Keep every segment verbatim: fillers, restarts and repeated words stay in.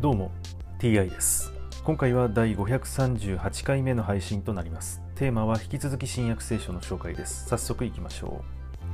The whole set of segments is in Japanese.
どうも ティーアイ です。今回はだいごひゃくさんじゅうはちかいめの配信となります。テーマは引き続き新約聖書の紹介です。早速いきましょう。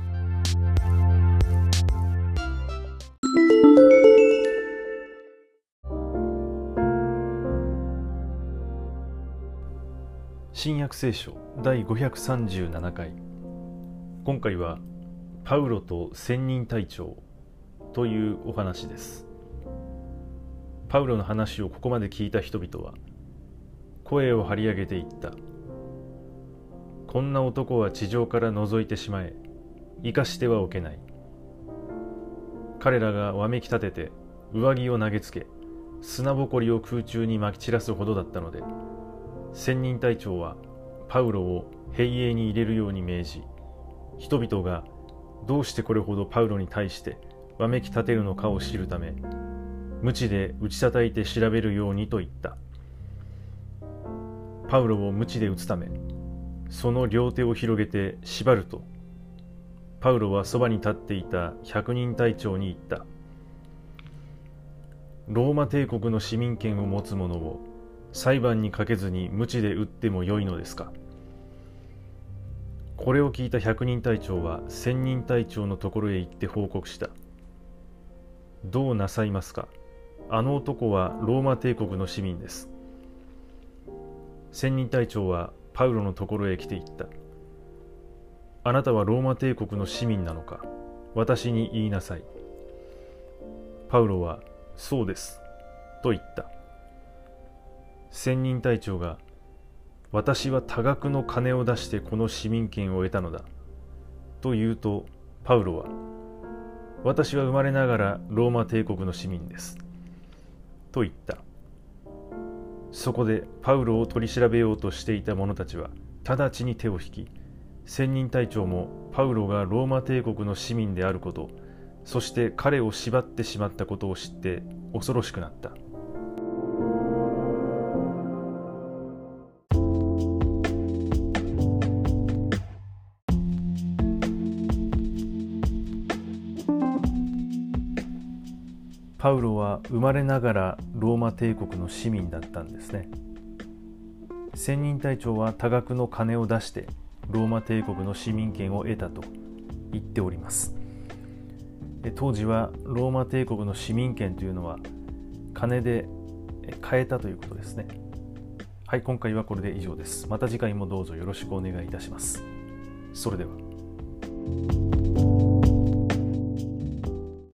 新約聖書だいごひゃくさんじゅうななかい。今回はパウロと千人隊長というお話です。パウロの話をここまで聞いた人々は声を張り上げていった。こんな男は地上から覗いてしまえ、生かしてはおけない。彼らがわめき立てて上着を投げつけ、砂ぼこりを空中にまき散らすほどだったので、千人隊長はパウロを兵営に入れるように命じ、人々がどうしてこれほどパウロに対してわめき立てるのかを知るため、鞭で打ち叩いて調べるようにと言った。パウロを鞭で打つため、その両手を広げて縛ると、パウロはそばに立っていた百人隊長に言った。ローマ帝国の市民権を持つ者を裁判にかけずに鞭で打ってもよいのですか。これを聞いた百人隊長は千人隊長のところへ行って報告した。どうなさいますか。あの男はローマ帝国の市民です。千人隊長はパウロのところへ来て言った。あなたはローマ帝国の市民なのか。私に言いなさい。パウロはそうですと言った。千人隊長が、私は多額の金を出してこの市民権を得たのだと言うと、パウロは、私は生まれながらローマ帝国の市民ですと言った。そこでパウロを取り調べようとしていた者たちは直ちに手を引き、千人隊長もパウロがローマ帝国の市民であること、そして彼を縛ってしまったことを知って恐ろしくなった。パウロは生まれながらローマ帝国の市民だったんですね。千人隊長は多額の金を出してローマ帝国の市民権を得たと言っております。当時はローマ帝国の市民権というのは金で買えたということですね。はい、今回はこれで以上です。また次回もどうぞよろしくお願いいたします。それでは。